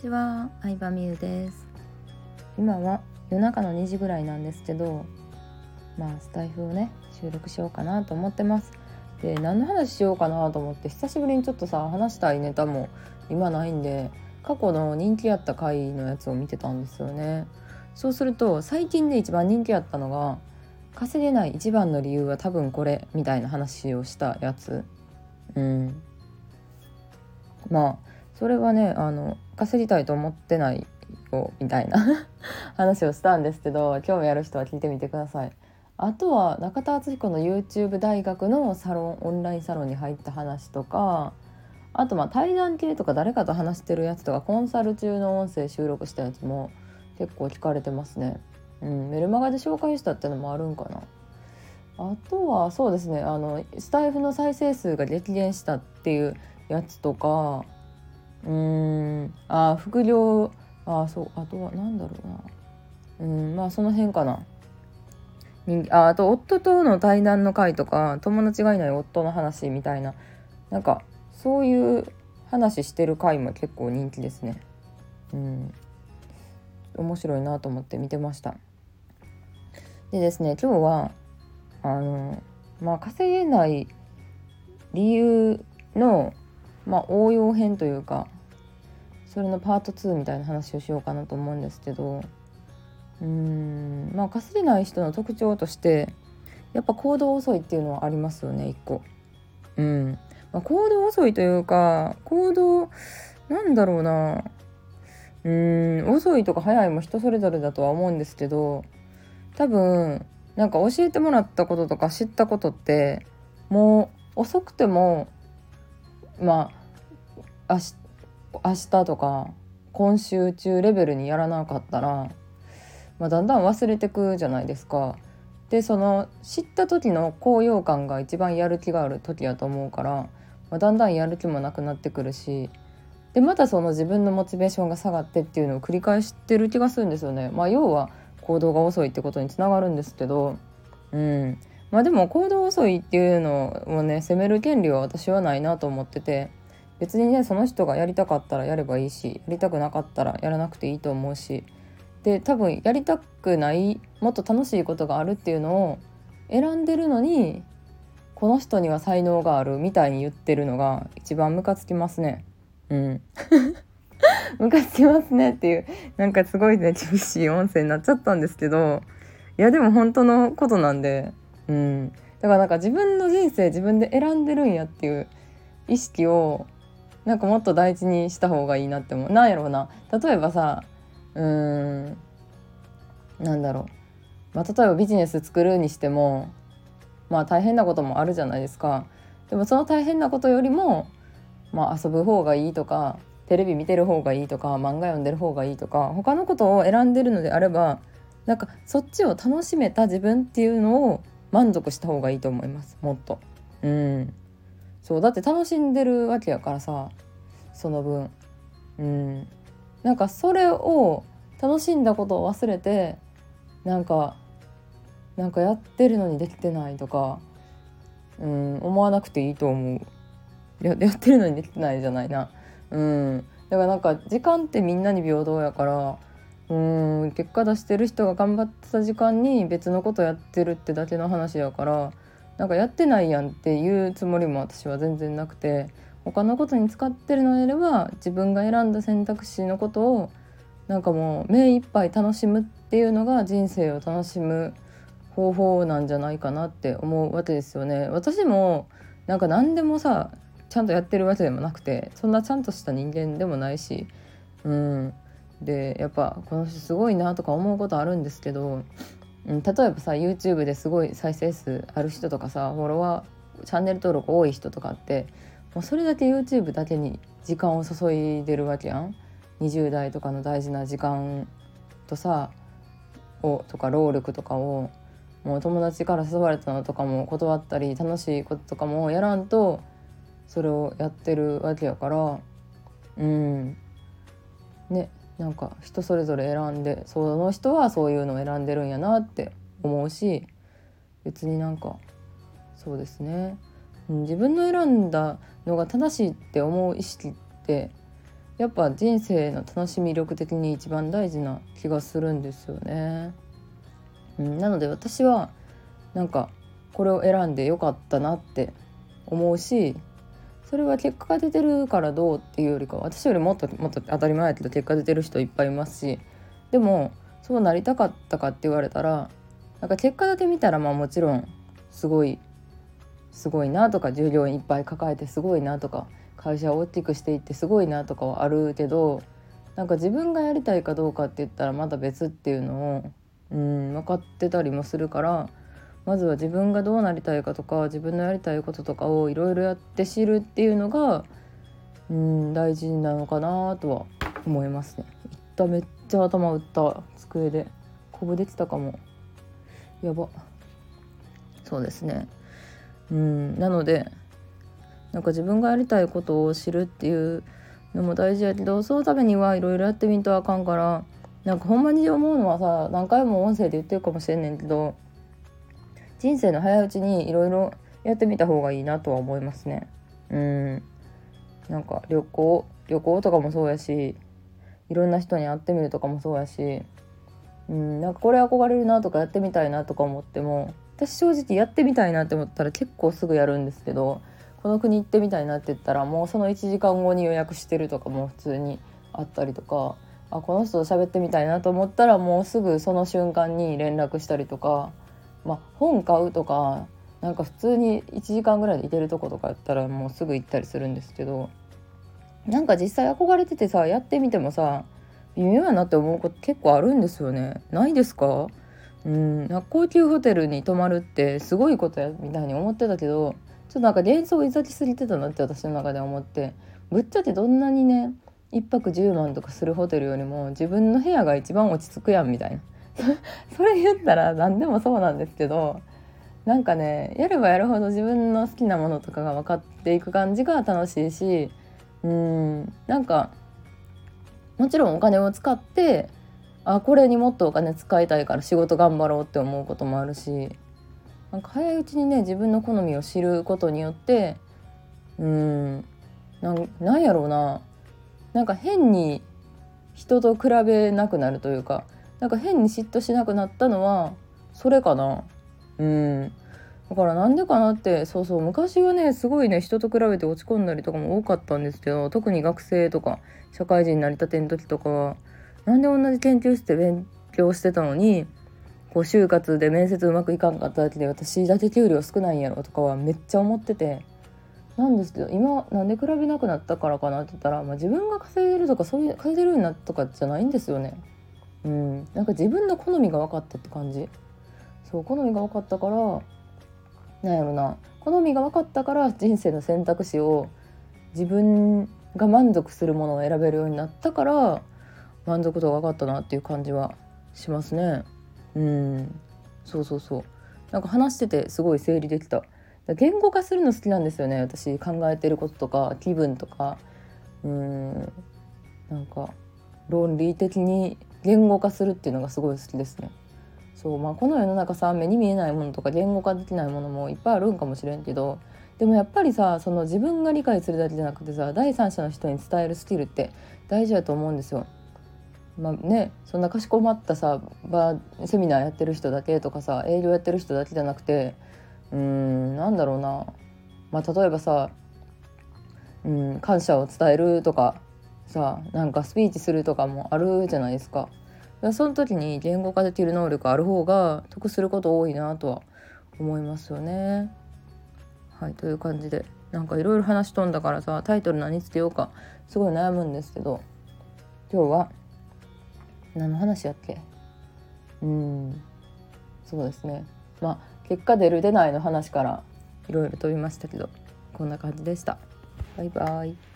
ちは、相葉美優です。今は夜中の2時ぐらいなんですけど、スタイフをね収録しようかなと思ってます。で、何の話しようかなと思って久しぶりにちょっと話したいネタも今ないんで、過去の人気あった回のやつを見てたんですよね。そうすると最近で一番人気あったのが、稼げない一番の理由は多分これみたいな話をしたやつ。それはね、稼ぎたいと思ってないよみたいな話をしたんですけど、興味ある人は聞いてみてください。あとは中田敦彦の YouTube 大学のオンラインサロンに入った話とか、あと対談系とか誰かと話してるやつとか、コンサル中の音声収録したやつも結構聞かれてますね。メルマガで紹介したってのもあるんかな。あとはそうですね、スタイフの再生数が激減したっていうやつとか、副業、そう、あとはなんだろうな、その辺かな。あと夫との対談の回とか、友達がいない夫の話みたいな、そういう話してる回も結構人気ですね。面白いなと思って見てました。でですね、今日は稼げない理由の応用編というか、それのパート2みたいな話をしようかなと思うんですけど、稼げない人の特徴としてやっぱ行動遅いっていうのはありますよね、一個。行動遅いというか、なんだろうな、遅いとか早いも人それぞれだとは思うんですけど、多分教えてもらったこととか知ったことってもう遅くても明日とか今週中レベルにやらなかったら、だんだん忘れてくじゃないですか。で、その知った時の高揚感が一番やる気がある時やと思うから、だんだんやる気もなくなってくるし、でまたその自分のモチベーションが下がってっていうのを繰り返してる気がするんですよね。要は行動が遅いってことにつながるんですけど、でも行動遅いっていうのをね責める権利は私はないなと思ってて、別にねその人がやりたかったらやればいいし、やりたくなかったらやらなくていいと思うし、で多分やりたくないもっと楽しいことがあるっていうのを選んでるのに、この人には才能があるみたいに言ってるのが一番ムカつきますね。ムカつきますねっていう、すごいね厳しい音声になっちゃったんですけど、いやでも本当のことなんで、だから自分の人生自分で選んでるんやっていう意識をもっと大事にした方がいいなって思う。なんやろうな、例えばなんだろう、例えばビジネス作るにしても大変なこともあるじゃないですか。でもその大変なことよりも遊ぶ方がいいとか、テレビ見てる方がいいとか、漫画読んでる方がいいとか、他のことを選んでるのであれば、そっちを楽しめた自分っていうのを満足した方がいいと思います。もっとそうだって楽しんでるわけやからさ、その分それを楽しんだことを忘れてやってるのにできてないとか思わなくていいと思う。やってるのにできてないじゃないな。だから時間ってみんなに平等やから、結果出してる人が頑張ってた時間に別のことやってるってだけの話やから、やってないやんっていうつもりも私は全然なくて、他のことに使ってるのであれば自分が選んだ選択肢のことをもう目いっぱい楽しむっていうのが人生を楽しむ方法なんじゃないかなって思うわけですよね。私も何でもちゃんとやってるわけでもなくて、そんなちゃんとした人間でもないし、でやっぱこの人すごいなとか思うことあるんですけど、例えばYouTube ですごい再生数ある人とかフォロワーチャンネル登録多い人とかって、もうそれだけ YouTube だけに時間を注いでるわけやん。20代とかの大事な時間ととか労力とかを、もう友達から誘われたのとかも断ったり、楽しいこととかもやらんとそれをやってるわけやから、ね、人それぞれ選んで、その人はそういうのを選んでるんやなって思うし、別にそうですね、自分の選んだのが正しいって思う意識ってやっぱ人生の楽しみ力的に一番大事な気がするんですよね。なので私はなんかこれを選んでよかったなって思うし、それは結果が出てるからどうっていうよりかは、私よりもっと当たり前やけど結果出てる人いっぱいいますし、でもそうなりたかったかって言われたら、なんか結果だけ見たらもちろんすごいなとか、従業員いっぱい抱えてすごいなとか、会社を大きくしていってすごいなとかはあるけど、なんか自分がやりたいかどうかって言ったらまた別っていうのを分かってたりもするから、まずは自分がどうなりたいかとか、自分のやりたいこととかをいろいろやって知るっていうのが大事なのかなとは思いますね。めっちゃ頭打った。机でこぶできたかも。やば。そうですね。なのでなんか自分がやりたいことを知るっていうのも大事やけど、そのためにはいろいろやってみんとあかんから、なんかほんまに思うのはさ、何回も音声で言ってるかもしれんねんけど、人生の早いうちにいろいろやってみた方がいいなとは思いますね。なんか旅行とかもそうやし、いろんな人に会ってみるとかもそうやし、なんかこれ憧れるなとかやってみたいなとか思っても、私正直やってみたいなって思ったら結構すぐやるんですけど、この国行ってみたいなって言ったらもうその1時間後に予約してるとかも普通にあったりとか、この人と喋ってみたいなと思ったらもうすぐその瞬間に連絡したりとか、本買うとか、なんか普通に1時間ぐらいで行けるとことかやったらもうすぐ行ったりするんですけど、なんか実際憧れててさ、やってみてもさ微妙やなって思うこと結構あるんですよね。ないですか？なんか高級ホテルに泊まるってすごいことやみたいに思ってたけど、ちょっとなんか幻想を抱きすぎてたなって私の中で思って、ぶっちゃけどんなにね1泊10万とかするホテルよりも自分の部屋が一番落ち着くやんみたいなそれ言ったら何でもそうなんですけど、なんかね、やればやるほど自分の好きなものとかが分かっていく感じが楽しいし、なんかもちろんお金を使って、これにもっとお金使いたいから仕事頑張ろうって思うこともあるし、なんか早いうちにね自分の好みを知ることによって、なんやろうな、なんか変に人と比べなくなるというか、なんか変に嫉妬しなくなったのはそれかな。だからなんでかなって、昔はねすごいね人と比べて落ち込んだりとかも多かったんですけど、特に学生とか社会人になりたての時とかは、なんで同じ研究室で勉強してたのに就活で面接うまくいかんかっただけで私だけ給料少ないんやろとかはめっちゃ思ってて、なんですけど今なんで比べなくなったからかなって言ったら、自分が稼いでるとかそういう稼いでるようになったとかじゃないんですよね。なんか自分の好みが分かったって感じ。好みが分かったから、なんやろな、好みが分かったから人生の選択肢を自分が満足するものを選べるようになったから、満足度が上がったなっていう感じはしますね。なんか話しててすごい整理できた。言語化するの好きなんですよね、私。考えてることとか気分とか、なんか論理的に言語化するっていうのがすごい好きですね。この世の中さ、目に見えないものとか言語化できないものもいっぱいあるんかもしれんけど、でもやっぱりさ、その自分が理解するだけじゃなくてさ、第三者の人に伝えるスキルって大事だと思うんですよ。そんなかしこまったさセミナーやってる人だけとかさ、営業やってる人だけじゃなくて、なんだろうな、例えばさ、感謝を伝えるとかさ、なんかスピーチするとかもあるじゃないですか。その時に言語化できる能力ある方が得すること多いなとは思いますよね。はい、という感じで、なんかいろいろ話飛んだからさ、タイトル何つけようかすごい悩むんですけど、今日は何の話やっけ。そうですね、結果出る出ないの話からいろいろ飛びましたけど、こんな感じでした。バイバイ。